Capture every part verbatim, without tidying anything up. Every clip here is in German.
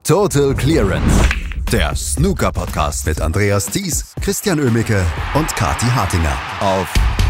Total Clearance, der Snooker-Podcast mit Andreas Thies, Christian Oemicke und Kathi Hartinger auf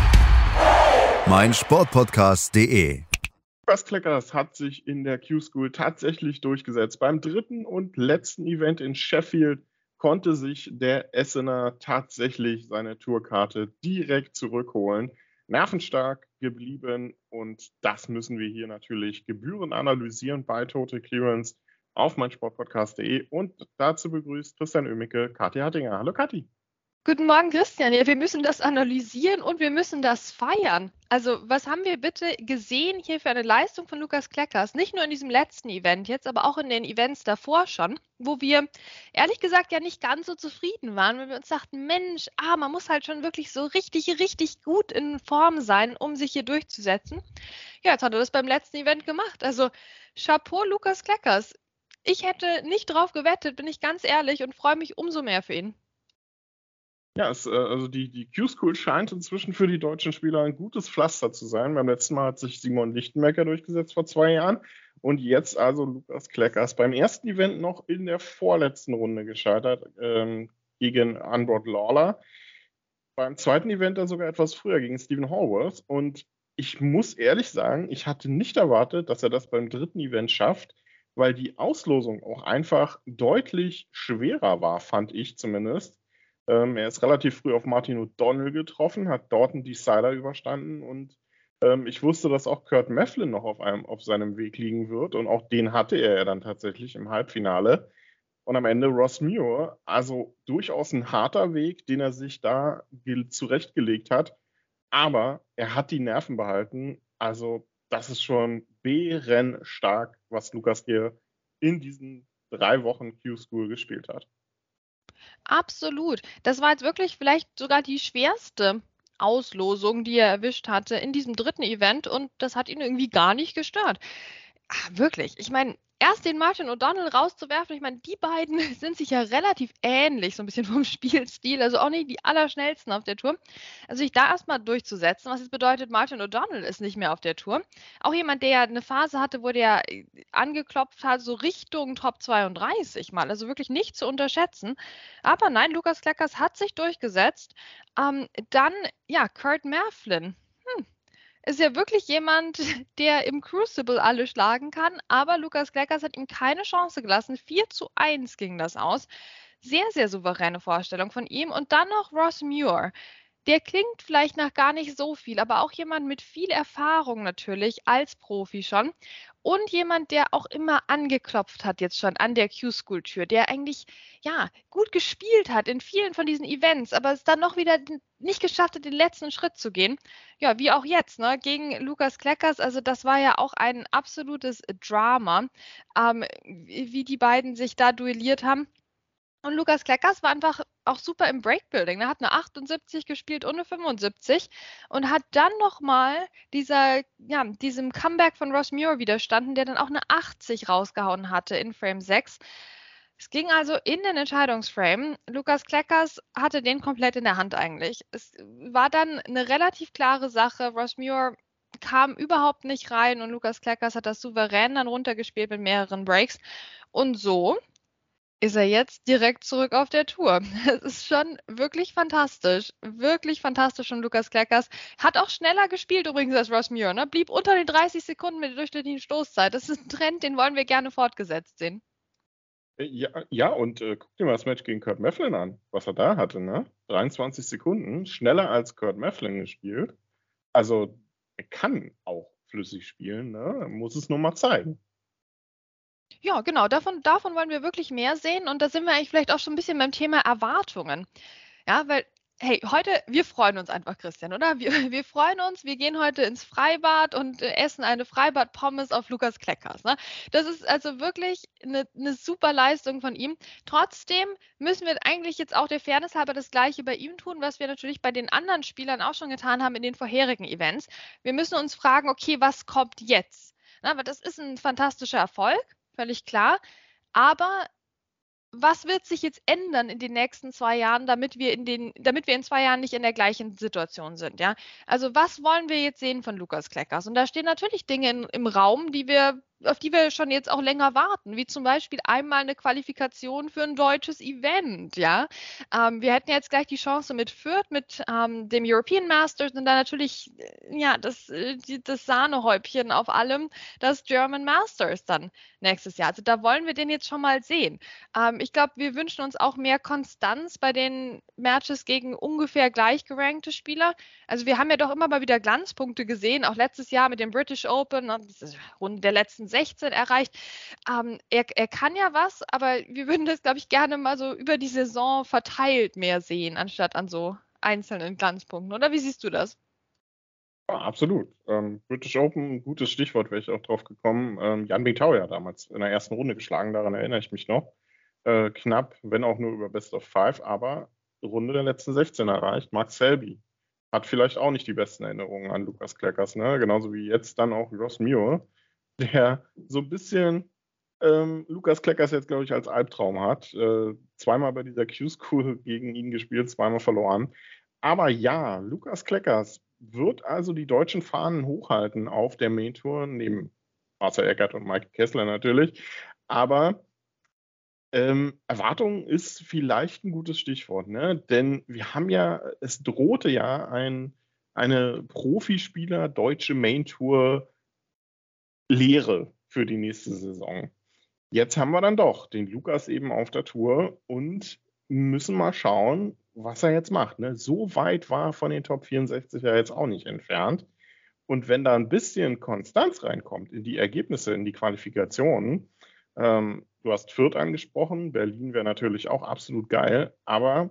meinsportpodcast punkt de. Lukas Kleckers hat sich in der Q-School tatsächlich durchgesetzt. Beim dritten und letzten Event in Sheffield konnte sich der Essener tatsächlich seine Tourkarte direkt zurückholen. Nervenstark geblieben und das müssen wir hier natürlich gebührend analysieren bei Total Clearance auf meinsportpodcast punkt de und dazu begrüßt Christian Oemicke, Kathi Hartinger. Hallo Kathi. Guten Morgen, Christian. Ja, wir müssen das analysieren und wir müssen das feiern. Also, was haben wir bitte gesehen hier für eine Leistung von Lukas Kleckers? Nicht nur in diesem letzten Event jetzt, aber auch in den Events davor schon, wo wir ehrlich gesagt ja nicht ganz so zufrieden waren, weil wir uns dachten, Mensch, ah, man muss halt schon wirklich so richtig, richtig gut in Form sein, um sich hier durchzusetzen. Ja, jetzt hat er das beim letzten Event gemacht. Also, Chapeau, Lukas Kleckers. Ich hätte nicht drauf gewettet, bin ich ganz ehrlich, und freue mich umso mehr für ihn. Ja, es, also die, die Q-School scheint inzwischen für die deutschen Spieler ein gutes Pflaster zu sein. Beim letzten Mal hat sich Simon Lichtenberger durchgesetzt vor zwei Jahren und jetzt also Lukas Kleckers. Beim ersten Event noch in der vorletzten Runde gescheitert ähm, gegen Unbroad Lawler. Beim zweiten Event dann sogar etwas früher gegen Stephen Hallworth. Und ich muss ehrlich sagen, ich hatte nicht erwartet, dass er das beim dritten Event schafft, weil die Auslosung auch einfach deutlich schwerer war, fand ich zumindest. Ähm, er ist relativ früh auf Martin O'Donnell getroffen, hat dort einen Decider überstanden und ähm, ich wusste, dass auch Kurt Mefflin noch auf, einem, auf seinem Weg liegen wird und auch den hatte er ja dann tatsächlich im Halbfinale. Und am Ende Ross Muir, also durchaus ein harter Weg, den er sich da zurechtgelegt hat, aber er hat die Nerven behalten, also das ist schon bärenstark, was Lukas hier in diesen drei Wochen Q-School gespielt hat. Absolut. Das war jetzt wirklich vielleicht sogar die schwerste Auslosung, die er erwischt hatte in diesem dritten Event und das hat ihn irgendwie gar nicht gestört. Ach, wirklich. Ich meine, erst den Martin O'Donnell rauszuwerfen, ich meine, die beiden sind sich ja relativ ähnlich, so ein bisschen vom Spielstil, also auch nicht die allerschnellsten auf der Tour. Also sich da erstmal durchzusetzen, was jetzt bedeutet, Martin O'Donnell ist nicht mehr auf der Tour. Auch jemand, der ja eine Phase hatte, wo der angeklopft hat, so Richtung Top zweiunddreißig mal, also wirklich nicht zu unterschätzen. Aber nein, Lukas Kleckers hat sich durchgesetzt. Ähm, dann, ja, Kurt Mefflin. Hm. Ist ja wirklich jemand, der im Crucible alle schlagen kann, aber Lukas Kleckers hat ihm keine Chance gelassen. vier zu eins ging das aus. Sehr, sehr souveräne Vorstellung von ihm. Und dann noch Ross Muir. Der klingt vielleicht nach gar nicht so viel, aber auch jemand mit viel Erfahrung natürlich, als Profi schon. Und jemand, der auch immer angeklopft hat jetzt schon an der Q-School-Tür, der eigentlich, ja, gut gespielt hat in vielen von diesen Events, aber es dann noch wieder nicht geschafft hat, den letzten Schritt zu gehen. Ja, wie auch jetzt, ne, gegen Lukas Kleckers. Also das war ja auch ein absolutes Drama, ähm, wie die beiden sich da duelliert haben. Und Lukas Kleckers war einfach auch super im Breakbuilding. Er hat eine achtundsiebzig gespielt und eine fünfundsiebzig und hat dann nochmal dieser, ja, diesem Comeback von Ross Muir widerstanden, der dann auch eine achtzig rausgehauen hatte in Frame sechs. Es ging also in den Entscheidungsframe. Lukas Kleckers hatte den komplett in der Hand eigentlich. Es war dann eine relativ klare Sache. Ross Muir kam überhaupt nicht rein und Lukas Kleckers hat das souverän dann runtergespielt mit mehreren Breaks. Und so ist er jetzt direkt zurück auf der Tour. Es ist schon wirklich fantastisch. Wirklich fantastisch von Lukas Kleckers. Hat auch schneller gespielt übrigens als Ross Muir. Ne? Blieb unter den dreißig Sekunden mit der durchschnittlichen Stoßzeit. Das ist ein Trend, den wollen wir gerne fortgesetzt sehen. Ja, ja und äh, guck dir mal das Match gegen Kurt Mefflin an, was er da hatte. Ne? dreiundzwanzig Sekunden, schneller als Kurt Mefflin gespielt. Also er kann auch flüssig spielen, ne? Muss es nur mal zeigen. Ja, genau, davon, davon wollen wir wirklich mehr sehen und da sind wir eigentlich vielleicht auch schon ein bisschen beim Thema Erwartungen. Ja, weil, hey, heute, wir freuen uns einfach, Christian, oder? Wir, wir freuen uns, wir gehen heute ins Freibad und äh, essen eine Freibad-Pommes auf Lukas Kleckers. Ne? Das ist also wirklich eine, eine super Leistung von ihm. Trotzdem müssen wir eigentlich jetzt auch der Fairness halber das Gleiche bei ihm tun, was wir natürlich bei den anderen Spielern auch schon getan haben in den vorherigen Events. Wir müssen uns fragen, okay, was kommt jetzt? Na, aber das ist ein fantastischer Erfolg. Völlig klar. Aber was wird sich jetzt ändern in den nächsten zwei Jahren, damit wir in den, damit wir in zwei Jahren nicht in der gleichen Situation sind, ja? Also was wollen wir jetzt sehen von Lukas Kleckers? Und da stehen natürlich Dinge in, im Raum, die wir auf die wir schon jetzt auch länger warten, wie zum Beispiel einmal eine Qualifikation für ein deutsches Event, ja. Ähm, wir hätten jetzt gleich die Chance mit Fürth, mit ähm, dem European Masters und dann natürlich, äh, ja, das, äh, die, das Sahnehäubchen auf allem, das German Masters dann nächstes Jahr. Also da wollen wir den jetzt schon mal sehen. Ähm, ich glaube, wir wünschen uns auch mehr Konstanz bei den Matches gegen ungefähr gleichgerankte Spieler. Also wir haben ja doch immer mal wieder Glanzpunkte gesehen, auch letztes Jahr mit dem British Open, ne, diese Runde der letzten sechzehn erreicht. Ähm, er, er kann ja was, aber wir würden das, glaube ich, gerne mal so über die Saison verteilt mehr sehen, anstatt an so einzelnen Glanzpunkten. Oder wie siehst du das? Ja, absolut. Ähm, British Open, gutes Stichwort, wäre ich auch drauf gekommen. Ähm, Jan Bingtao ja damals in der ersten Runde geschlagen, daran erinnere ich mich noch. Äh, knapp, wenn auch nur über Best of Five, aber Runde der letzten sechzehn erreicht. Mark Selby hat vielleicht auch nicht die besten Erinnerungen an Lukas Kleckers, ne? Genauso wie jetzt dann auch Ross Muir, der so ein bisschen ähm, Lukas Kleckers jetzt, glaube ich, als Albtraum hat. Äh, zweimal bei dieser Q-School gegen ihn gespielt, zweimal verloren. Aber ja, Lukas Kleckers wird also die deutschen Fahnen hochhalten auf der Main Tour, neben Marcel Eckert und Mike Kessler natürlich. Aber ähm, Erwartung ist vielleicht ein gutes Stichwort, ne? Denn wir haben ja, es drohte ja ein, eine Profispieler deutsche Main Tour Lehre für die nächste Saison. Jetzt haben wir dann doch den Lukas eben auf der Tour und müssen mal schauen, was er jetzt macht. Ne? So weit war er von den Top vierundsechzig ja jetzt auch nicht entfernt. Und wenn da ein bisschen Konstanz reinkommt in die Ergebnisse, in die Qualifikationen, ähm, du hast Fürth angesprochen, Berlin wäre natürlich auch absolut geil, aber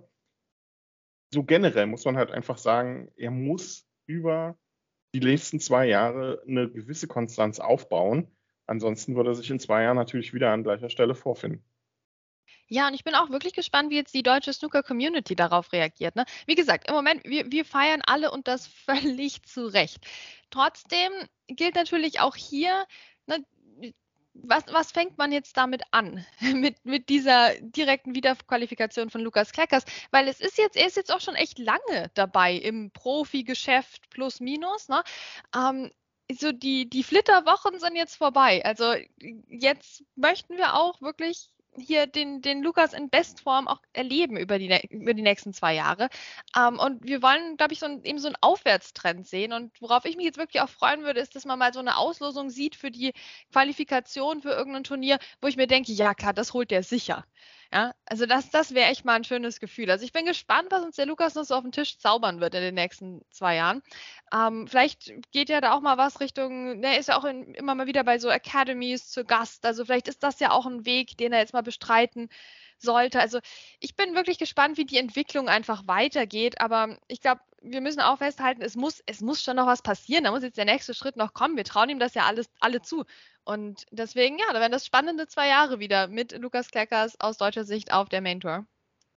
so generell muss man halt einfach sagen, er muss über die nächsten zwei Jahre eine gewisse Konstanz aufbauen. Ansonsten würde er sich in zwei Jahren natürlich wieder an gleicher Stelle vorfinden. Ja, und ich bin auch wirklich gespannt, wie jetzt die deutsche Snooker-Community darauf reagiert. Ne? Wie gesagt, im Moment, wir, wir feiern alle und das völlig zu Recht. Trotzdem gilt natürlich auch hier, ne, was, was fängt man jetzt damit an, mit, mit dieser direkten Wiederqualifikation von Lukas Kleckers? Weil es ist jetzt, er ist jetzt auch schon echt lange dabei im Profi-Geschäft plus minus. Ne? Ähm, so die, die Flitterwochen sind jetzt vorbei. Also jetzt möchten wir auch wirklich hier den, den Lukas in Bestform auch erleben über die, über die nächsten zwei Jahre. Ähm, und wir wollen, glaube ich, so ein, eben so einen Aufwärtstrend sehen. Und worauf ich mich jetzt wirklich auch freuen würde, ist, dass man mal so eine Auslosung sieht für die Qualifikation für irgendein Turnier, wo ich mir denke, ja klar, das holt der sicher. Ja, also das, das wäre echt mal ein schönes Gefühl. Also ich bin gespannt, was uns der Lukas noch so auf den Tisch zaubern wird in den nächsten zwei Jahren. Ähm, vielleicht geht ja da auch mal was Richtung, der ist ja auch in, immer mal wieder bei so Academies zu Gast. Also vielleicht ist das ja auch ein Weg, den er jetzt mal bestreiten sollte. Also ich bin wirklich gespannt, wie die Entwicklung einfach weitergeht. Aber ich glaube, wir müssen auch festhalten, es muss, es muss schon noch was passieren. Da muss jetzt der nächste Schritt noch kommen. Wir trauen ihm das ja alles, alle zu. Und deswegen, ja, da werden das spannende zwei Jahre wieder mit Lukas Kleckers aus deutscher Sicht auf der Main Tour.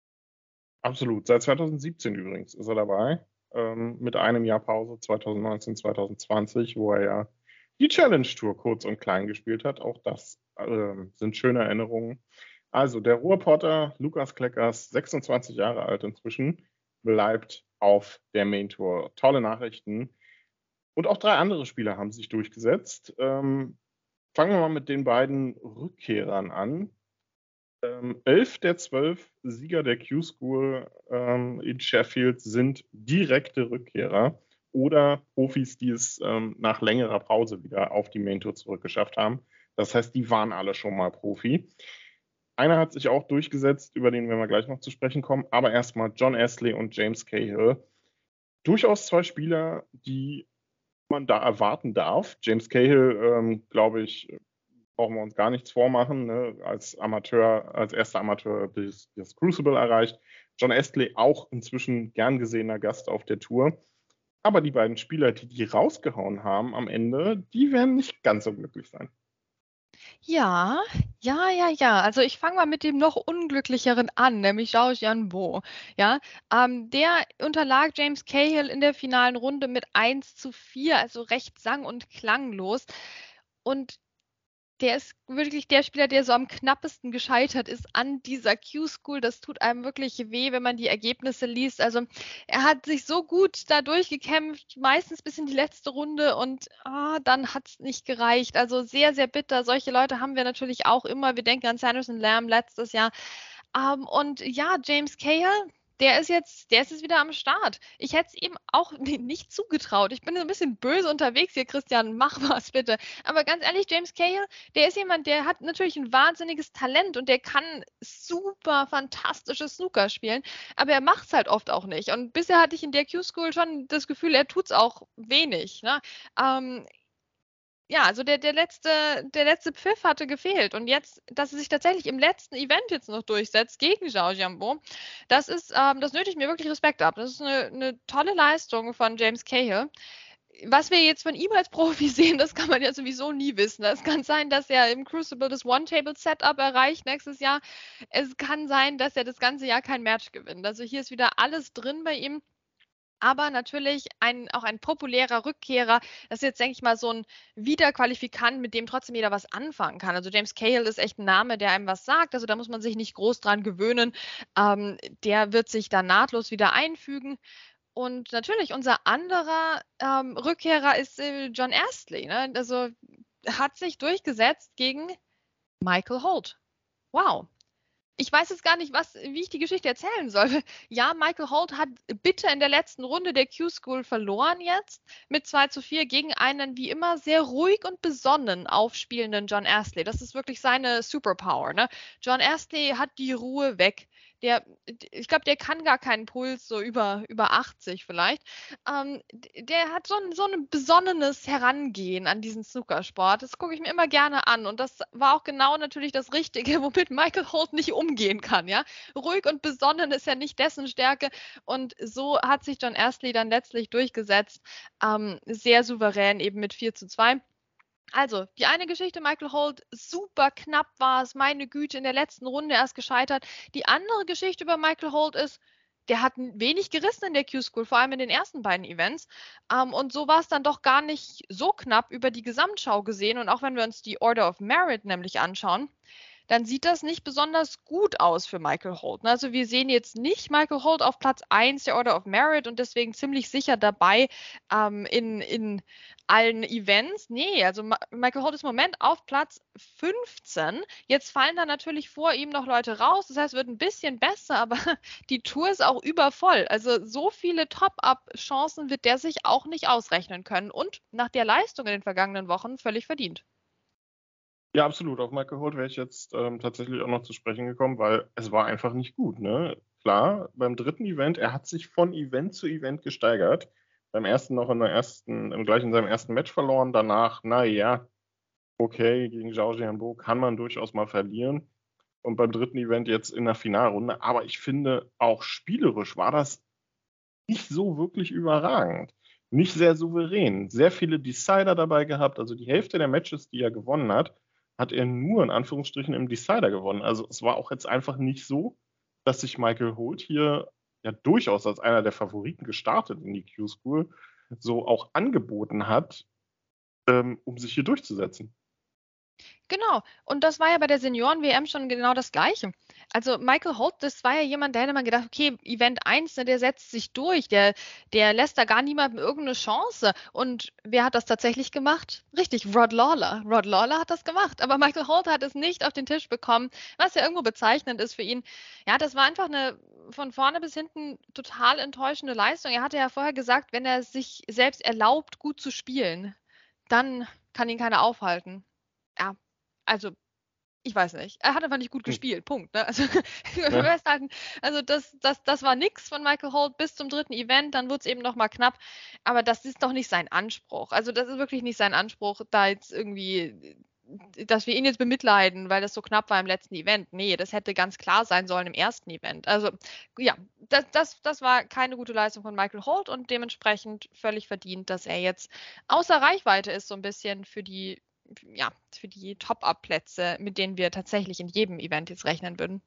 Absolut. Seit zweitausendsiebzehn übrigens ist er dabei. Ähm, mit einem Jahr Pause zweitausendneunzehn, zweitausendzwanzig, wo er ja die Challenge Tour kurz und klein gespielt hat. Auch das äh, sind schöne Erinnerungen. Also der Ruhrpotter Lukas Kleckers, sechsundzwanzig Jahre alt inzwischen, bleibt auf der Main Tour. Tolle Nachrichten. Und auch drei andere Spieler haben sich durchgesetzt. Ähm, fangen wir mal mit den beiden Rückkehrern an. Ähm, elf der zwölf Sieger der Q-School ähm, in Sheffield sind direkte Rückkehrer oder Profis, die es ähm, nach längerer Pause wieder auf die Main Tour zurückgeschafft haben. Das heißt, die waren alle schon mal Profi. Einer hat sich auch durchgesetzt, über den werden wir gleich noch zu sprechen kommen, aber erstmal John Astley und James Cahill. Durchaus zwei Spieler, die man da erwarten darf. James Cahill, ähm, glaube ich, brauchen wir uns gar nichts vormachen, ne? Als Amateur, als erster Amateur das, das Crucible erreicht. John Astley auch inzwischen gern gesehener Gast auf der Tour. Aber die beiden Spieler, die die rausgehauen haben am Ende, die werden nicht ganz so glücklich sein. Ja, ja, ja, ja. Also ich fange mal mit dem noch unglücklicheren an, nämlich Zhao Jianbo. Ja, ähm, der unterlag James Cahill in der finalen Runde mit eins zu vier, also recht sang- und klanglos. Und der ist wirklich der Spieler, der so am knappesten gescheitert ist an dieser Q-School. Das tut einem wirklich weh, wenn man die Ergebnisse liest. Also er hat sich so gut da durchgekämpft, meistens bis in die letzte Runde und ah, dann hat es nicht gereicht. Also sehr, sehr bitter. Solche Leute haben wir natürlich auch immer. Wir denken an Sanderson Lamb letztes Jahr. Um, und ja, James Cahill, der ist jetzt, der ist jetzt wieder am Start. Ich hätte es ihm auch nicht zugetraut. Ich bin so ein bisschen böse unterwegs hier, Christian, mach was bitte. Aber ganz ehrlich, James Cahill, der ist jemand, der hat natürlich ein wahnsinniges Talent und der kann super fantastisches Snooker spielen, aber er macht es halt oft auch nicht. Und bisher hatte ich in der Q-School schon das Gefühl, er tut es auch wenig. Ne? Ähm, Ja, also der, der, letzte, der letzte Pfiff hatte gefehlt. Und jetzt, dass er sich tatsächlich im letzten Event jetzt noch durchsetzt gegen Zhao Jianbo, das ist, ähm, das nötigt mir wirklich Respekt ab. Das ist eine, eine tolle Leistung von James Cahill. Was wir jetzt von ihm als Profi sehen, das kann man ja sowieso nie wissen. Es kann sein, dass er im Crucible das One-Table-Setup erreicht nächstes Jahr. Es kann sein, dass er das ganze Jahr kein Match gewinnt. Also hier ist wieder alles drin bei ihm. Aber natürlich ein, auch ein populärer Rückkehrer. Das ist jetzt, denke ich mal, so ein Wiederqualifikant, mit dem trotzdem jeder was anfangen kann. Also James Cahill ist echt ein Name, der einem was sagt. Also da muss man sich nicht groß dran gewöhnen. Ähm, der wird sich da nahtlos wieder einfügen. Und natürlich, unser anderer ähm, Rückkehrer ist äh, John Astley. Ne? Also hat sich durchgesetzt gegen Michael Holt. Wow. Ich weiß jetzt gar nicht, was, wie ich die Geschichte erzählen soll. Ja, Michael Holt hat bitter in der letzten Runde der Q-School verloren jetzt mit zwei zu vier gegen einen wie immer sehr ruhig und besonnen aufspielenden John Astley. Das ist wirklich seine Superpower. Ne? John Astley hat die Ruhe weg. Der, ich glaube, der kann gar keinen Puls, so über, über achtzig vielleicht. Ähm, der hat so ein, so ein besonnenes Herangehen an diesen Snookersport. Das gucke ich mir immer gerne an. Und das war auch genau natürlich das Richtige, womit Michael Holt nicht umgehen kann. Ja? Ruhig und besonnen ist ja nicht dessen Stärke. Und so hat sich John Astley dann letztlich durchgesetzt. Ähm, sehr souverän, eben mit vier zu zwei. Also, die eine Geschichte, Michael Holt, super knapp war es, meine Güte, in der letzten Runde erst gescheitert. Die andere Geschichte über Michael Holt ist, der hat wenig gerissen in der Q-School, vor allem in den ersten beiden Events. Ähm, und so war es dann doch gar nicht so knapp über die Gesamtschau gesehen. Und auch wenn wir uns die Order of Merit nämlich anschauen, dann sieht das nicht besonders gut aus für Michael Holt. Also wir sehen jetzt nicht Michael Holt auf Platz eins der Order of Merit und deswegen ziemlich sicher dabei ähm, in, in allen Events. Nee, also Michael Holt ist im Moment auf Platz fünfzehn. Jetzt fallen da natürlich vor ihm noch Leute raus. Das heißt, es wird ein bisschen besser, aber die Tour ist auch übervoll. Also so viele Top-Up-Chancen wird der sich auch nicht ausrechnen können. Und nach der Leistung in den vergangenen Wochen völlig verdient. Ja, absolut. Auf Michael Holt wäre ich jetzt ähm, tatsächlich auch noch zu sprechen gekommen, weil es war einfach nicht gut. Ne? Klar, beim dritten Event, er hat sich von Event zu Event gesteigert. Beim ersten noch in der ersten, gleich in seinem ersten Match verloren. Danach, naja, okay, gegen Zhao Jianbo kann man durchaus mal verlieren. Und beim dritten Event jetzt in der Finalrunde. Aber ich finde, auch spielerisch war das nicht so wirklich überragend. Nicht sehr souverän. Sehr viele Decider dabei gehabt. Also die Hälfte der Matches, die er gewonnen hat, hat er nur in Anführungsstrichen im Decider gewonnen. Also es war auch jetzt einfach nicht so, dass sich Michael Holt hier ja durchaus als einer der Favoriten gestartet in die Q-School so auch angeboten hat, ähm, um sich hier durchzusetzen. Genau. Und das war ja bei der Senioren-W M schon genau das Gleiche. Also Michael Holt, das war ja jemand, der hätte man gedacht, okay, Event eins, ne, der setzt sich durch, der, der lässt da gar niemandem irgendeine Chance. Und wer hat das tatsächlich gemacht? Richtig, Rod Lawler. Rod Lawler hat das gemacht. Aber Michael Holt hat es nicht auf den Tisch bekommen, was ja irgendwo bezeichnend ist für ihn. Ja, das war einfach eine von vorne bis hinten total enttäuschende Leistung. Er hatte ja vorher gesagt, wenn er sich selbst erlaubt, gut zu spielen, dann kann ihn keiner aufhalten. Ja, also ich weiß nicht. Er hat einfach nicht gut gespielt. Punkt. Ne? Also, Ja. also das, das, das war nix von Michael Holt bis zum dritten Event. Dann wurde es eben nochmal knapp. Aber das ist doch nicht sein Anspruch. Also das ist wirklich nicht sein Anspruch, da jetzt irgendwie, dass wir ihn jetzt bemitleiden, weil das so knapp war im letzten Event. Nee, das hätte ganz klar sein sollen im ersten Event. Also ja, das, das, das war keine gute Leistung von Michael Holt und dementsprechend völlig verdient, dass er jetzt außer Reichweite ist so ein bisschen für die ja, für die Top-Up-Plätze, mit denen wir tatsächlich in jedem Event jetzt rechnen würden.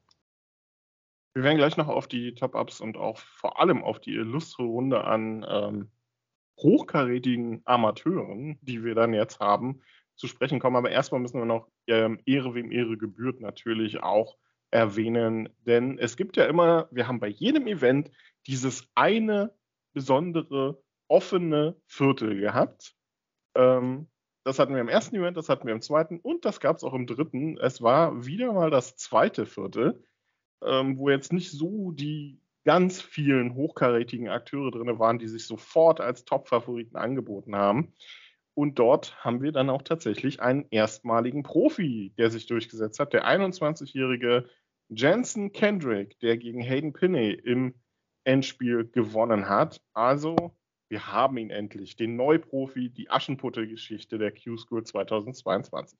Wir werden gleich noch auf die Top-Ups und auch vor allem auf die illustre Runde an ähm, hochkarätigen Amateuren, die wir dann jetzt haben, zu sprechen kommen. Aber erstmal müssen wir noch ähm, Ehre wem Ehre gebührt natürlich auch erwähnen. Denn es gibt ja immer, wir haben bei jedem Event dieses eine besondere offene Viertel gehabt. Ähm, das hatten wir im ersten Event, das hatten wir im zweiten und das gab es auch im dritten. Es war wieder mal das zweite Viertel, ähm, wo jetzt nicht so die ganz vielen hochkarätigen Akteure drin waren, die sich sofort als Top-Favoriten angeboten haben. Und dort haben wir dann auch tatsächlich einen erstmaligen Profi, der sich durchgesetzt hat, der einundzwanzigjährige Jensen Kendrick, der gegen Hayden Pinney im Endspiel gewonnen hat. Also, wir haben ihn endlich, den Neuprofi, die Aschenputtel-Geschichte der Q-School zweitausendzweiundzwanzig.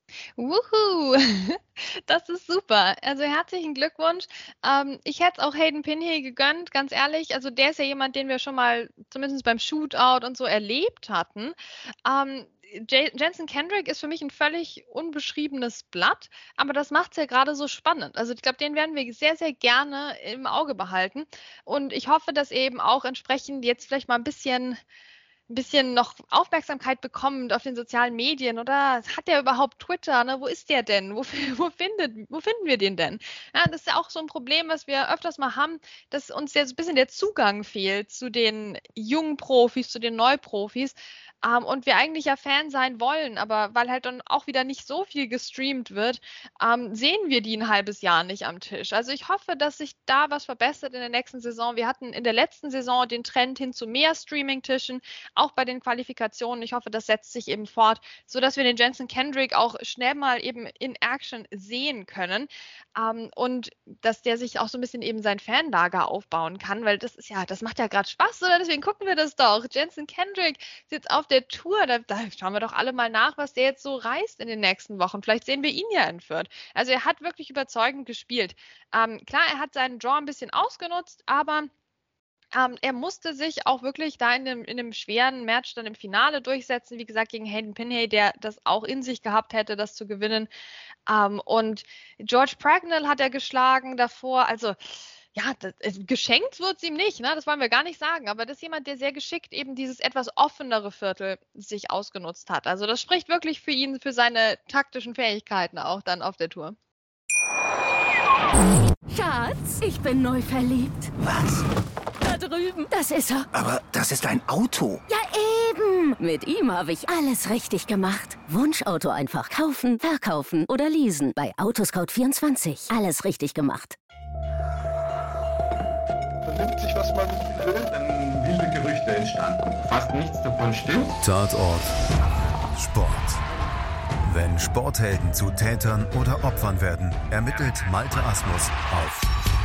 Wuhu, das ist super. Also herzlichen Glückwunsch. Ähm, ich hätte es auch Hayden Pinney gegönnt, ganz ehrlich. Also der ist ja jemand, den wir schon mal zumindest beim Shootout und so erlebt hatten. Ähm, Jensen Kendrick ist für mich ein völlig unbeschriebenes Blatt, aber das macht es ja gerade so spannend. Also ich glaube, den werden wir sehr, sehr gerne im Auge behalten. Und ich hoffe, dass er eben auch entsprechend jetzt vielleicht mal ein bisschen ein bisschen noch Aufmerksamkeit bekommt auf den sozialen Medien oder hat der überhaupt Twitter? Ne? Wo ist der denn? Wo, wo, findet, wo finden wir den denn? Ja, das ist ja auch so ein Problem, was wir öfters mal haben, dass uns jetzt ein bisschen der Zugang fehlt zu den jungen Profis, zu den Neuprofis. Ähm, und wir eigentlich ja Fan sein wollen, aber weil halt dann auch wieder nicht so viel gestreamt wird, ähm, sehen wir die ein halbes Jahr nicht am Tisch. Also ich hoffe, dass sich da was verbessert in der nächsten Saison. Wir hatten in der letzten Saison den Trend hin zu mehr Streaming-Tischen, auch bei den Qualifikationen. Ich hoffe, das setzt sich eben fort, sodass wir den Jensen Kendrick auch schnell mal eben in Action sehen können. Ähm, und dass der sich auch so ein bisschen eben sein Fanlager aufbauen kann, weil das ist ja, das macht ja gerade Spaß, oder? Deswegen gucken wir das doch. Jensen Kendrick ist jetzt auf der Tour, da, da schauen wir doch alle mal nach, was der jetzt so reißt in den nächsten Wochen. Vielleicht sehen wir ihn ja in Fürth. Also er hat wirklich überzeugend gespielt. Ähm, klar, er hat seinen Draw ein bisschen ausgenutzt, aber Ähm, er musste sich auch wirklich da in dem, in dem schweren Match dann im Finale durchsetzen, wie gesagt, gegen Hayden Pinney, der das auch in sich gehabt hätte, das zu gewinnen. Ähm, und George Pragnell hat er geschlagen davor. Also, ja, das, geschenkt wird es ihm nicht, ne? Das wollen wir gar nicht sagen. Aber das ist jemand, der sehr geschickt eben dieses etwas offenere Viertel sich ausgenutzt hat. Also, das spricht wirklich für ihn, für seine taktischen Fähigkeiten auch dann auf der Tour. Schatz, ich bin neu verliebt. Was? Da drüben. Das ist er. Aber das ist ein Auto. Ja, eben. Mit ihm habe ich alles richtig gemacht. Wunschauto einfach kaufen, verkaufen oder leasen. Bei Autoscout vierundzwanzig. Alles richtig gemacht. Vernimmt sich, was man will, dann wilde Gerüchte entstanden. Fast nichts davon stimmt. Tatort Sport. Wenn Sporthelden zu Tätern oder Opfern werden, ermittelt Malte Asmus auf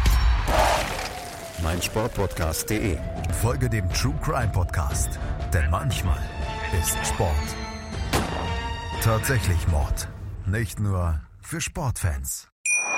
meinsportpodcast punkt de. Folge dem True Crime Podcast, denn manchmal ist Sport tatsächlich Mord. Nicht nur für Sportfans.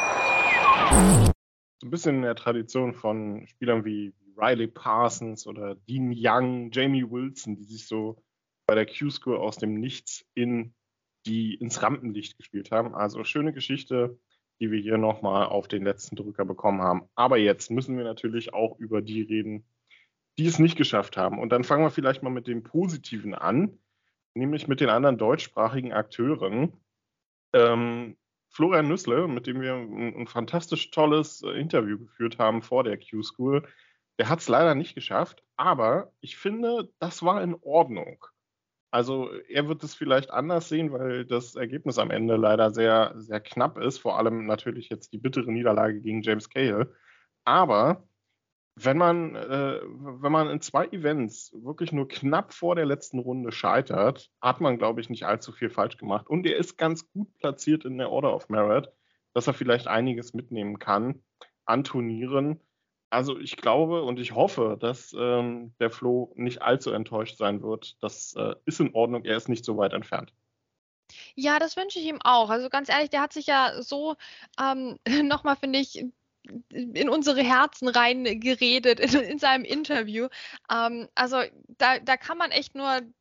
So ein bisschen in der Tradition von Spielern wie Riley Parsons oder Dean Young, Jamie Wilson, die sich so bei der Q-School aus dem Nichts in die ins Rampenlicht gespielt haben. Also schöne Geschichte, die wir hier nochmal auf den letzten Drücker bekommen haben. Aber jetzt müssen wir natürlich auch über die reden, die es nicht geschafft haben. Und dann fangen wir vielleicht mal mit dem Positiven an, nämlich mit den anderen deutschsprachigen Akteuren. Ähm, Florian Nüssle, mit dem wir ein, ein fantastisch tolles äh, Interview geführt haben vor der Q-School, der hat es leider nicht geschafft, aber ich finde, das war in Ordnung. Also er wird es vielleicht anders sehen, weil das Ergebnis am Ende leider sehr, sehr knapp ist. Vor allem natürlich jetzt die bittere Niederlage gegen James Cahill. Aber wenn man, äh, wenn man in zwei Events wirklich nur knapp vor der letzten Runde scheitert, hat man, glaube ich, nicht allzu viel falsch gemacht. Und er ist ganz gut platziert in der Order of Merit, dass er vielleicht einiges mitnehmen kann an Turnieren. Also ich glaube und ich hoffe, dass ähm, der Flo nicht allzu enttäuscht sein wird. Das äh, ist in Ordnung, er ist nicht so weit entfernt. Ja, das wünsche ich ihm auch. Also ganz ehrlich, der hat sich ja so ähm, nochmal, finde ich, in unsere Herzen rein geredet in, in seinem Interview. Ähm, also da, da kann man echt nur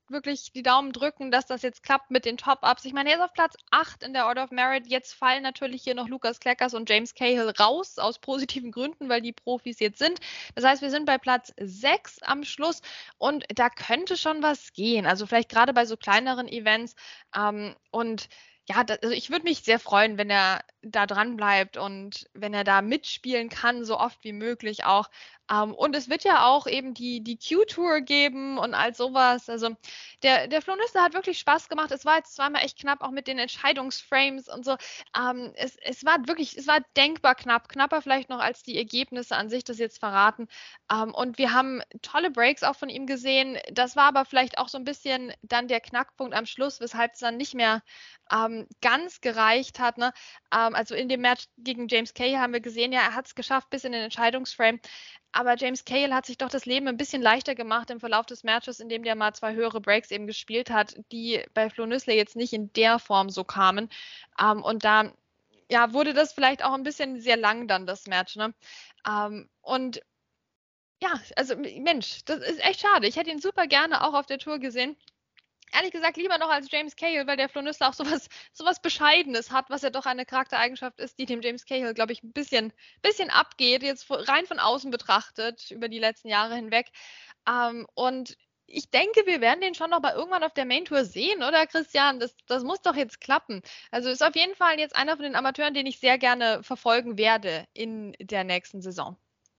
wirklich die Daumen drücken, dass das jetzt klappt mit den Top-Ups. Ich meine, er ist auf Platz acht in der Order of Merit. Jetzt fallen natürlich hier noch Lucas Kleckers und James Cahill raus, aus positiven Gründen, weil die Profis jetzt sind. Das heißt, wir sind bei Platz sechs am Schluss und da könnte schon was gehen. Also vielleicht gerade bei so kleineren Events. Ähm, und ja, das, also ich würde mich sehr freuen, wenn er da dran bleibt und wenn er da mitspielen kann, so oft wie möglich auch. Um, und es wird ja auch eben die, die Q-Tour geben und all sowas. Also der, der Flo Nüssler hat wirklich Spaß gemacht. Es war jetzt zweimal echt knapp, auch mit den Entscheidungsframes und so. Um, es, es war wirklich, es war denkbar knapp. Knapper vielleicht noch als die Ergebnisse an sich das jetzt verraten. Um, und wir haben tolle Breaks auch von ihm gesehen. Das war aber vielleicht auch so ein bisschen dann der Knackpunkt am Schluss, weshalb es dann nicht mehr um, ganz gereicht hat. Ne? Um, also in dem Match gegen James Cahill haben wir gesehen, ja, er hat es geschafft bis in den Entscheidungsframe. Aber James Cahill hat sich doch das Leben ein bisschen leichter gemacht im Verlauf des Matches, indem der mal zwei höhere Breaks eben gespielt hat, die bei Flo Nüssler jetzt nicht in der Form so kamen. Um, und da ja, wurde das vielleicht auch ein bisschen sehr lang dann, das Match. Ne? Um, und ja, also Mensch, das ist echt schade. Ich hätte ihn super gerne auch auf der Tour gesehen. Ehrlich gesagt lieber noch als James Cahill, weil der Flo Nüssler auch sowas, sowas Bescheidenes hat, was ja doch eine Charaktereigenschaft ist, die dem James Cahill, glaube ich, ein bisschen, bisschen abgeht, jetzt rein von außen betrachtet, über die letzten Jahre hinweg. Ähm, und ich denke, wir werden den schon noch mal irgendwann auf der Main Tour sehen, oder Christian? Das, das muss doch jetzt klappen. Also ist auf jeden Fall jetzt einer von den Amateuren, den ich sehr gerne verfolgen werde in der nächsten Saison.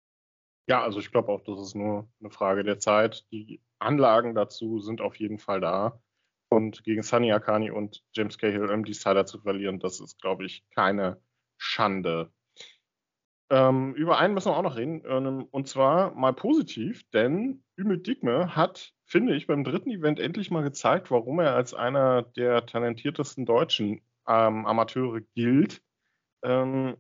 Ja, also ich glaube auch, das ist nur eine Frage der Zeit. Die Anlagen dazu sind auf jeden Fall da. Und gegen Sunny Akani und James Cahill im Decider zu verlieren, das ist, glaube ich, keine Schande. Ähm, über einen müssen wir auch noch reden. Ähm, und zwar mal positiv, denn Ümit Digme hat, finde ich, beim dritten Event endlich mal gezeigt, warum er als einer der talentiertesten deutschen ähm, Amateure gilt. Ähm,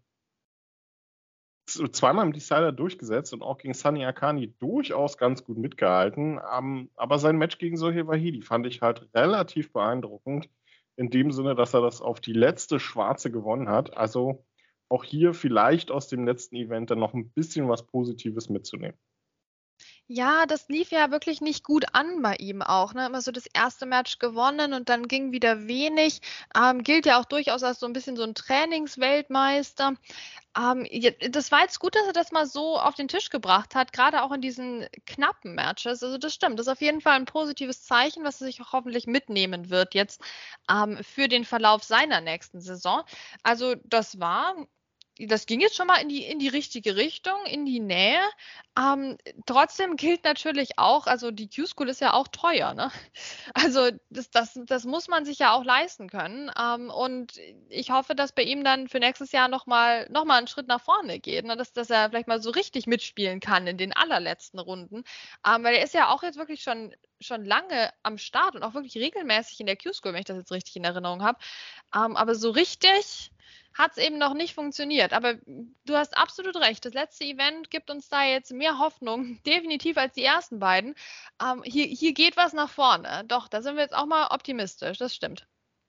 zweimal im Decider durchgesetzt und auch gegen Sunny Akani durchaus ganz gut mitgehalten. Um, aber sein Match gegen Sohail Vahidi fand ich halt relativ beeindruckend, in dem Sinne, dass er das auf die letzte Schwarze gewonnen hat. Also auch hier vielleicht aus dem letzten Event dann noch ein bisschen was Positives mitzunehmen. Ja, das lief ja wirklich nicht gut an bei ihm auch. Ne? Immer so das erste Match gewonnen und dann ging wieder wenig. Ähm, gilt ja auch durchaus als so ein bisschen so ein Trainingsweltmeister. Ähm, das war jetzt gut, dass er das mal so auf den Tisch gebracht hat, gerade auch in diesen knappen Matches. Also das stimmt, das ist auf jeden Fall ein positives Zeichen, was er sich auch hoffentlich mitnehmen wird jetzt ähm, für den Verlauf seiner nächsten Saison. Also das war... Das ging jetzt schon mal in die, in die richtige Richtung, in die Nähe. Ähm, trotzdem gilt natürlich auch, also die Q-School ist ja auch teuer, ne? Also das, das, das muss man sich ja auch leisten können. Ähm, und ich hoffe, dass bei ihm dann für nächstes Jahr nochmal noch mal einen Schritt nach vorne geht, ne? dass, dass er vielleicht mal so richtig mitspielen kann in den allerletzten Runden. Ähm, weil er ist ja auch jetzt wirklich schon, schon lange am Start und auch wirklich regelmäßig in der Q-School, wenn ich das jetzt richtig in Erinnerung habe. Ähm, aber so richtig hat es eben noch nicht funktioniert. Aber du hast absolut recht. Das letzte Event gibt uns da jetzt mehr Hoffnung, definitiv als die ersten beiden. Ähm, hier, hier geht was nach vorne. Doch, da sind wir jetzt auch mal optimistisch. Das stimmt.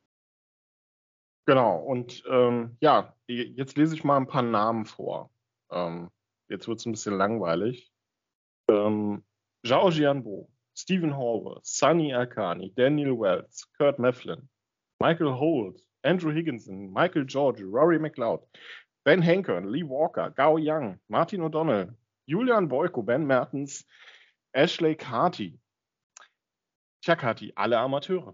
Genau. Und ähm, ja, jetzt lese ich mal ein paar Namen vor. Ähm, jetzt wird es ein bisschen langweilig. Ähm, Zhao Jianbo, Stephen Horvath, Sunny Akani, Daniel Wells, Kurt Mefflin, Michael Holt, Andrew Higginson, Michael George, Rory McLeod, Ben Hankern, Lee Walker, Gao Yang, Martin O'Donnell, Julian Boyko, Ben Mertens, Ashley Carty. Tja, Carty, alle Amateure.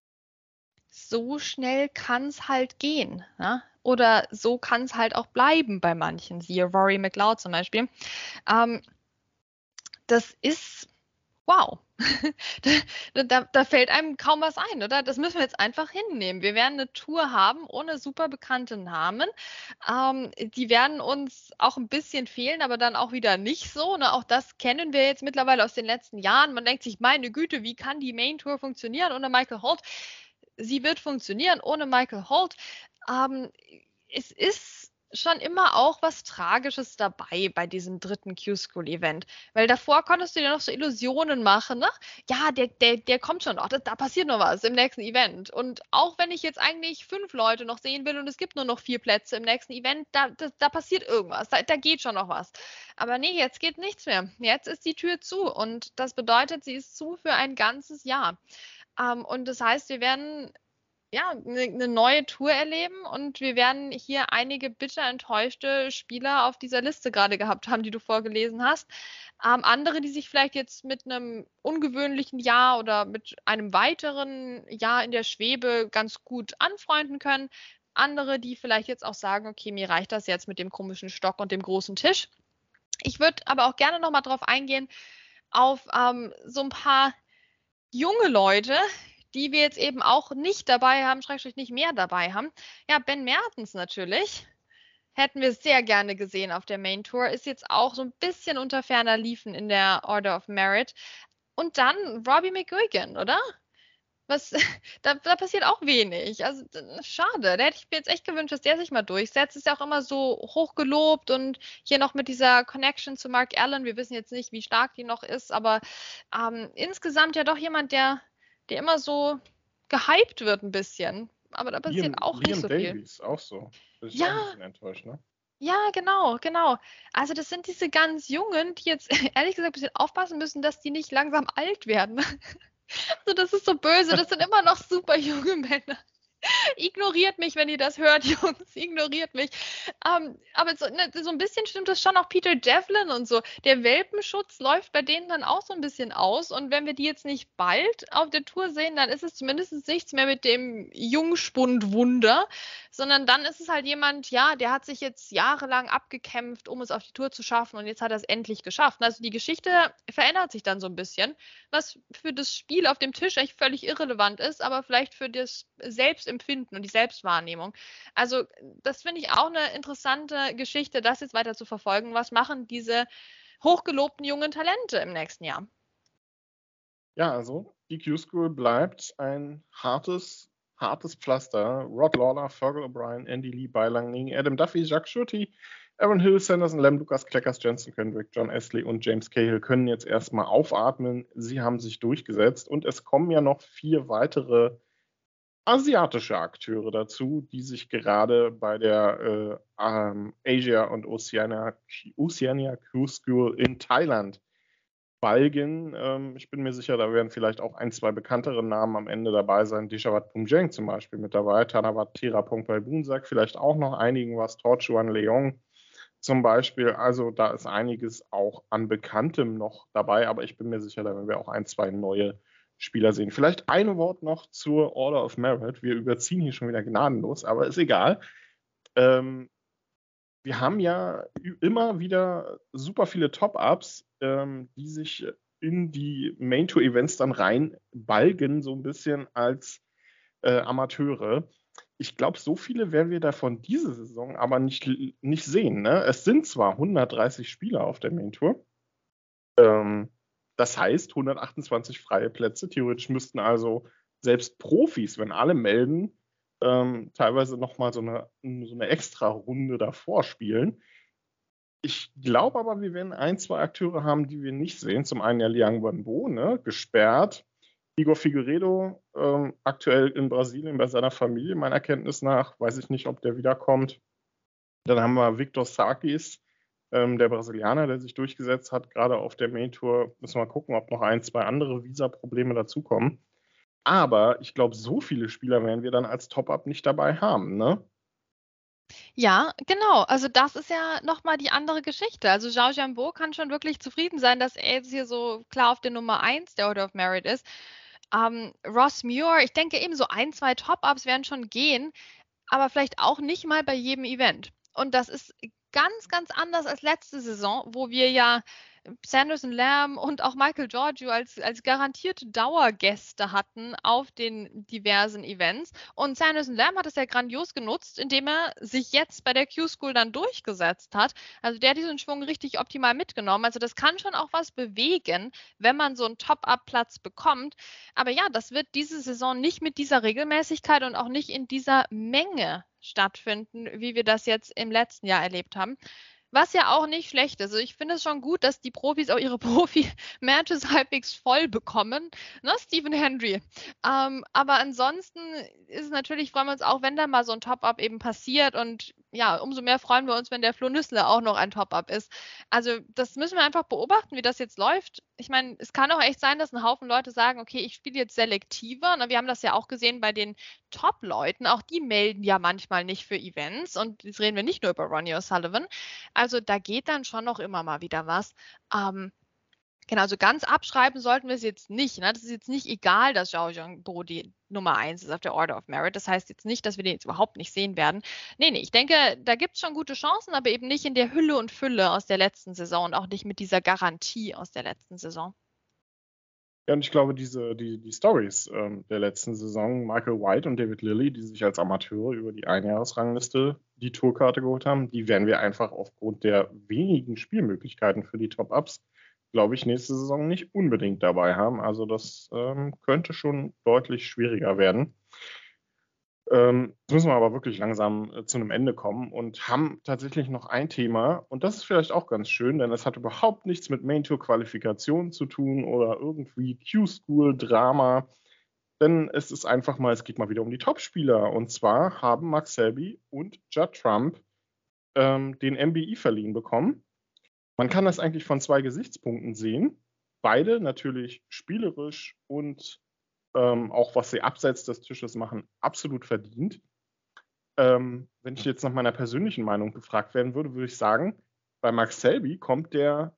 So schnell kann es halt gehen. Ne? Oder so kann es halt auch bleiben bei manchen. Siehe Rory McLeod zum Beispiel. Ähm, das ist wow. da, da, da fällt einem kaum was ein, oder? Das müssen wir jetzt einfach hinnehmen. Wir werden eine Tour haben ohne super bekannte Namen. Ähm, die werden uns auch ein bisschen fehlen, aber dann auch wieder nicht so. Ne? Auch das kennen wir jetzt mittlerweile aus den letzten Jahren. Man denkt sich, meine Güte, wie kann die Main Tour funktionieren ohne Michael Holt? Sie wird funktionieren ohne Michael Holt. Ähm, es ist schon immer auch was Tragisches dabei bei diesem dritten Q-School-Event. Weil davor konntest du dir noch so Illusionen machen, ne? Ja, der, der, der kommt schon noch, da, da passiert noch was im nächsten Event. Und auch wenn ich jetzt eigentlich fünf Leute noch sehen will und es gibt nur noch vier Plätze im nächsten Event, da, da, da passiert irgendwas, da, da geht schon noch was. Aber nee, jetzt geht nichts mehr. Jetzt ist die Tür zu und das bedeutet, sie ist zu für ein ganzes Jahr. Ähm, und das heißt, wir werden ja, eine, eine neue Tour erleben und wir werden hier einige bitter enttäuschte Spieler auf dieser Liste gerade gehabt haben, die du vorgelesen hast. Ähm, andere, die sich vielleicht jetzt mit einem ungewöhnlichen Jahr oder mit einem weiteren Jahr in der Schwebe ganz gut anfreunden können. Andere, die vielleicht jetzt auch sagen, okay, mir reicht das jetzt mit dem komischen Stock und dem großen Tisch. Ich würde aber auch gerne nochmal drauf eingehen, auf ähm, so ein paar junge Leute, die wir jetzt eben auch nicht dabei haben, schrägstrich nicht mehr dabei haben. Ja, Ben Mertens natürlich. Hätten wir sehr gerne gesehen auf der Main Tour. Ist jetzt auch so ein bisschen unter ferner Liefen in der Order of Merit. Und dann Robbie McGuigan, oder? Was, da, da passiert auch wenig. Also schade. Da hätte ich mir jetzt echt gewünscht, dass der sich mal durchsetzt. Ist ja auch immer so hochgelobt und hier noch mit dieser Connection zu Mark Allen. Wir wissen jetzt nicht, wie stark die noch ist, aber ähm, insgesamt ja doch jemand, der der immer so gehypt wird ein bisschen. Aber da passiert Liam, auch Liam nicht so Davies, viel. auch so. Das ist Ja. auch ein bisschen enttäuscht, ne? Ja, genau, genau. Also das sind diese ganz Jungen, die jetzt ehrlich gesagt ein bisschen aufpassen müssen, dass die nicht langsam alt werden. Also das ist so böse, das sind immer noch super junge Männer. Ignoriert mich, wenn ihr das hört, Jungs. Ignoriert mich. Ähm, aber so, ne, so ein bisschen stimmt das schon auch Peter Devlin und so. Der Welpenschutz läuft bei denen dann auch so ein bisschen aus. Und wenn wir die jetzt nicht bald auf der Tour sehen, dann ist es zumindest nichts mehr mit dem Jungspundwunder, sondern dann ist es halt jemand, ja, der hat sich jetzt jahrelang abgekämpft, um es auf die Tour zu schaffen und jetzt hat er es endlich geschafft. Also die Geschichte verändert sich dann so ein bisschen, was für das Spiel auf dem Tisch echt völlig irrelevant ist, aber vielleicht für das Selbstempfinden und die Selbstwahrnehmung. Also das finde ich auch eine interessante Geschichte, das jetzt weiter zu verfolgen. Was machen diese hochgelobten jungen Talente im nächsten Jahr? Ja, also die Q-School bleibt ein hartes, hartes Pflaster. Rod Lawler, Fergal O'Brien, Andy Lee, Beilang, Adam Duffy, Jacques Schurti, Aaron Hill, Sanderson, Lem, Lukas Kleckers, Jensen Kendrick, John Astley und James Cahill können jetzt erstmal aufatmen. Sie haben sich durchgesetzt und es kommen ja noch vier weitere asiatische Akteure dazu, die sich gerade bei der äh, ähm, Asia und Oceania, Oceania Q-School in Thailand balgen. Ähm, ich bin mir sicher, da werden vielleicht auch ein, zwei bekanntere Namen am Ende dabei sein. Deshawat Pumjeng zum Beispiel mit dabei, Tanawat Tirapongpai Bunsak, vielleicht auch noch einigen was, Torchuan Leong zum Beispiel. Also da ist einiges auch an Bekanntem noch dabei, aber ich bin mir sicher, da werden wir auch ein, zwei neue Spieler sehen. Vielleicht ein Wort noch zur Order of Merit. Wir überziehen hier schon wieder gnadenlos, aber ist egal. Ähm, wir haben ja immer wieder super viele Top-Ups, ähm, die sich in die Main-Tour-Events dann reinbalgen, so ein bisschen als äh, Amateure. Ich glaube, so viele werden wir davon diese Saison aber nicht, nicht sehen. Ne? Es sind zwar hundertdreißig Spieler auf der Main-Tour, ähm, das heißt hundertachtundzwanzig freie Plätze. Theoretisch müssten also selbst Profis, wenn alle melden, ähm, teilweise nochmal so eine, so eine extra Runde davor spielen. Ich glaube aber, wir werden ein, zwei Akteure haben, die wir nicht sehen. Zum einen ja Liang Wenbo, ne, gesperrt. Igor Figueiredo, ähm, aktuell in Brasilien bei seiner Familie, meiner Kenntnis nach. Weiß ich nicht, ob der wiederkommt. Dann haben wir Victor Sarkis, ähm, der Brasilianer, der sich durchgesetzt hat, gerade auf der Main-Tour. Müssen wir mal gucken, ob noch ein, zwei andere Visa-Probleme dazukommen. Aber ich glaube, so viele Spieler werden wir dann als Top-Up nicht dabei haben, ne? Ja, genau. Also das ist ja nochmal die andere Geschichte. Also Zhao Jianbo kann schon wirklich zufrieden sein, dass er jetzt hier so klar auf der Nummer eins der Order of Merit ist. Ähm, Ross Muir, ich denke eben so ein, zwei Top-Ups werden schon gehen, aber vielleicht auch nicht mal bei jedem Event. Und das ist ganz, ganz anders als letzte Saison, wo wir ja Sanderson Lamb und auch Michael Giorgio als, als garantierte Dauergäste hatten auf den diversen Events. Und Sanderson Lamb hat es ja grandios genutzt, indem er sich jetzt bei der Q-School dann durchgesetzt hat. Also der hat diesen Schwung richtig optimal mitgenommen. Also das kann schon auch was bewegen, wenn man so einen Top-Up-Platz bekommt. Aber ja, das wird diese Saison nicht mit dieser Regelmäßigkeit und auch nicht in dieser Menge stattfinden, wie wir das jetzt im letzten Jahr erlebt haben. Was ja auch nicht schlecht ist. Also ich finde es schon gut, dass die Profis auch ihre Profi-Matches halbwegs voll bekommen. Ne, Stephen Hendry. Ähm, aber ansonsten ist es natürlich, freuen wir uns auch, wenn da mal so ein Top-Up eben passiert. Und ja, umso mehr freuen wir uns, wenn der Flo Nüssler auch noch ein Top-Up ist. Also das müssen wir einfach beobachten, wie das jetzt läuft. Ich meine, es kann auch echt sein, dass ein Haufen Leute sagen, okay, ich spiele jetzt selektiver. Na, wir haben das ja auch gesehen bei den Top-Leuten. Auch die melden ja manchmal nicht für Events. Und jetzt reden wir nicht nur über Ronnie O'Sullivan. Also da geht dann schon noch immer mal wieder was. Ähm, genau, also ganz abschreiben sollten wir es jetzt nicht. Ne? Das ist jetzt nicht egal, dass Zhao Jiangbo die Nummer eins ist auf der Order of Merit. Das heißt jetzt nicht, dass wir den jetzt überhaupt nicht sehen werden. Nee, nee, ich denke, da gibt es schon gute Chancen, aber eben nicht in der Hülle und Fülle aus der letzten Saison und auch nicht mit dieser Garantie aus der letzten Saison. Ja, und ich glaube, diese, die, die Stories ähm, der letzten Saison, Michael White und David Lilley, die sich als Amateure über die Einjahresrangliste die Tourkarte geholt haben, die werden wir einfach aufgrund der wenigen Spielmöglichkeiten für die Top-Ups, glaube ich, nächste Saison nicht unbedingt dabei haben. Also das ähm, könnte schon deutlich schwieriger werden. Ähm, jetzt müssen wir aber wirklich langsam äh, zu einem Ende kommen und haben tatsächlich noch ein Thema, und das ist vielleicht auch ganz schön, denn es hat überhaupt nichts mit Main-Tour-Qualifikation zu tun oder irgendwie Q-School-Drama, denn es ist einfach mal, es geht mal wieder um die Topspieler, und zwar haben Mark Selby und Judd Trump ähm, den M B I verliehen bekommen. Man kann das eigentlich von zwei Gesichtspunkten sehen. Beide natürlich spielerisch und Ähm, auch was sie abseits des Tisches machen, absolut verdient. Ähm, wenn ich jetzt nach meiner persönlichen Meinung gefragt werden würde, würde ich sagen, bei Mark Selby kommt der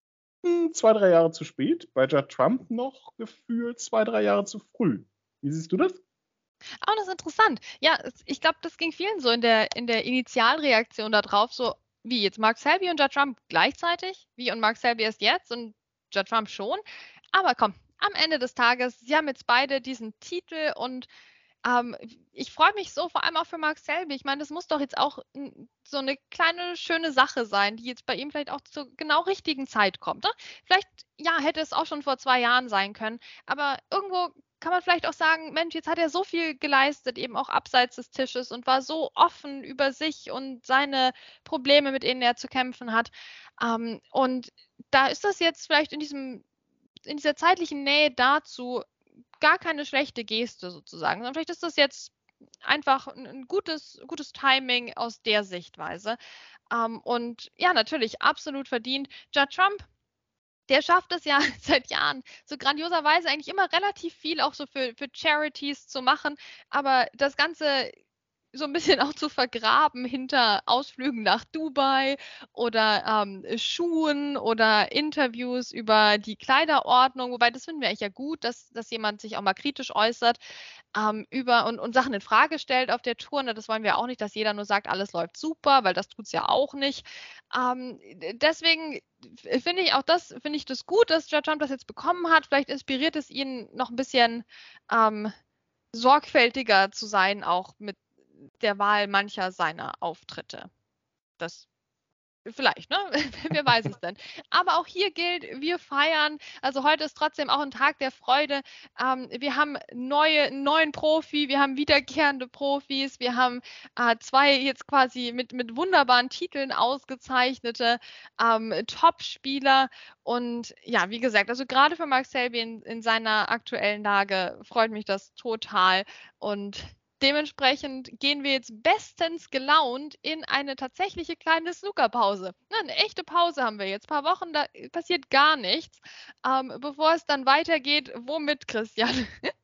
hm, zwei, drei Jahre zu spät, bei Judd Trump noch gefühlt zwei, drei Jahre zu früh. Wie siehst du das? Oh, das ist interessant. Ja, ich glaube, das ging vielen so in der, in der Initialreaktion darauf, so wie jetzt Mark Selby und Judd Trump gleichzeitig, wie und Mark Selby erst jetzt und Judd Trump schon. Aber komm, am Ende des Tages, sie haben jetzt beide diesen Titel und ähm, ich freue mich so, vor allem auch für Mark Selby. Ich meine, das muss doch jetzt auch n- so eine kleine, schöne Sache sein, die jetzt bei ihm vielleicht auch zur genau richtigen Zeit kommt. Ne? Vielleicht, ja, hätte es auch schon vor zwei Jahren sein können, aber irgendwo kann man vielleicht auch sagen, Mensch, jetzt hat er so viel geleistet, eben auch abseits des Tisches und war so offen über sich und seine Probleme, mit denen er zu kämpfen hat. Ähm, und da ist das jetzt vielleicht in diesem in dieser zeitlichen Nähe dazu gar keine schlechte Geste sozusagen, sondern vielleicht ist das jetzt einfach ein, ein gutes, gutes Timing aus der Sichtweise. Ähm, und ja, natürlich absolut verdient. Judd Trump, der schafft es ja seit Jahren so grandioserweise eigentlich immer relativ viel auch so für, für Charities zu machen, aber das Ganze so ein bisschen auch zu vergraben hinter Ausflügen nach Dubai oder ähm, Schuhen oder Interviews über die Kleiderordnung, wobei das finden wir eigentlich ja gut, dass, dass jemand sich auch mal kritisch äußert ähm, über und, und Sachen in Frage stellt auf der Tour. Ne, das wollen wir auch nicht, dass jeder nur sagt, alles läuft super, weil das tut es ja auch nicht. Ähm, deswegen finde ich auch das, finde ich das gut, dass Judd Trump das jetzt bekommen hat. Vielleicht inspiriert es ihn noch ein bisschen ähm, sorgfältiger zu sein, auch mit der Wahl mancher seiner Auftritte. Das vielleicht, ne? Wer weiß es denn. Aber auch hier gilt, wir feiern. Also heute ist trotzdem auch ein Tag der Freude. Ähm, wir haben neue, neuen Profi, wir haben wiederkehrende Profis, wir haben äh, zwei jetzt quasi mit, mit wunderbaren Titeln ausgezeichnete ähm, Top-Spieler. Und ja, wie gesagt, also gerade für Mark Selby in, in seiner aktuellen Lage freut mich das total. Und dementsprechend gehen wir jetzt bestens gelaunt in eine tatsächliche kleine Snookerpause. Eine echte Pause haben wir jetzt. Ein paar Wochen, da passiert gar nichts. Ähm, bevor es dann weitergeht, womit, Christian?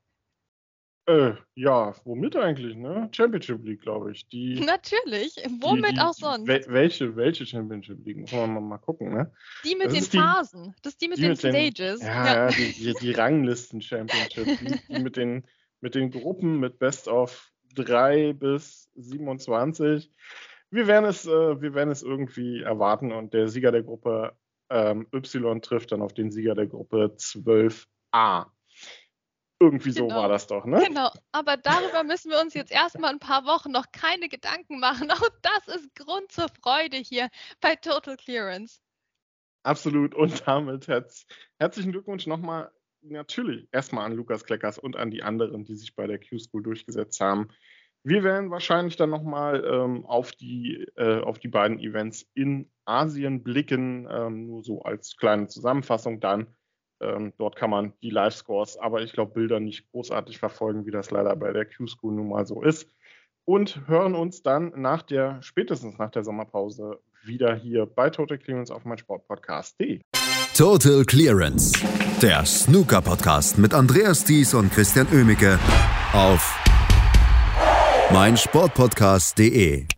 Äh, ja, womit eigentlich, ne? Championship League, glaube ich. Die, Natürlich. Womit die, die, auch sonst? Wel welche, welche Championship League? Muss man mal, mal gucken, ne? Die mit Das den ist die- Phasen. Das ist die mit die den mit den- Stages. Ja, ja, die, die, die Ranglisten-Championship. Die, die mit den, mit den Gruppen mit Best of drei bis siebenundzwanzig. Wir werden es, äh, wir werden es irgendwie erwarten, und der Sieger der Gruppe ähm, Y trifft dann auf den Sieger der Gruppe zwölf a. Irgendwie so Genau. war das doch, ne? Genau, aber darüber müssen wir uns jetzt erstmal ein paar Wochen noch keine Gedanken machen. Auch das ist Grund zur Freude hier bei Total Clearance. Absolut. Und damit herz, herzlichen Glückwunsch nochmal natürlich erstmal an Lukas Kleckers und an die anderen, die sich bei der Q-School durchgesetzt haben. Wir werden wahrscheinlich dann nochmal ähm, auf, die, äh, auf die beiden Events in Asien blicken, ähm, nur so als kleine Zusammenfassung dann. Ähm, dort kann man die Live-Scores, aber ich glaube Bilder nicht großartig verfolgen, wie das leider bei der Q-School nun mal so ist. Und hören uns dann nach der, spätestens nach der Sommerpause wieder hier bei Total Clearance auf meinsportpodcast punkt de. Total Clearance, der Snooker-Podcast mit Andreas Thies und Christian Oemicke auf meinsportpodcast punkt de.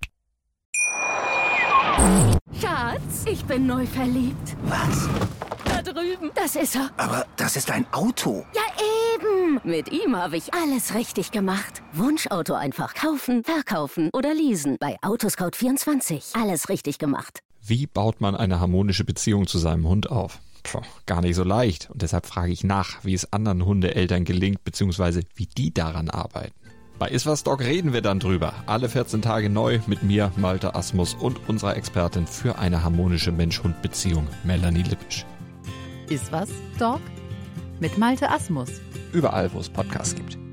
Schatz, ich bin neu verliebt. Was? Da drüben. Das ist er. Aber das ist ein Auto. Ja, eben. Mit ihm habe ich alles richtig gemacht. Wunschauto einfach kaufen, verkaufen oder leasen. Bei Autoscout vierundzwanzig. Alles richtig gemacht. Wie baut man eine harmonische Beziehung zu seinem Hund auf? Puh, gar nicht so leicht. Und deshalb frage ich nach, wie es anderen Hundeeltern gelingt, beziehungsweise wie die daran arbeiten. Bei Iswas Dog reden wir dann drüber. Alle vierzehn Tage neu mit mir, Malte Asmus und unserer Expertin für eine harmonische Mensch-Hund-Beziehung, Melanie Lippisch. Iswas Dog mit Malte Asmus. Überall, wo es Podcasts gibt.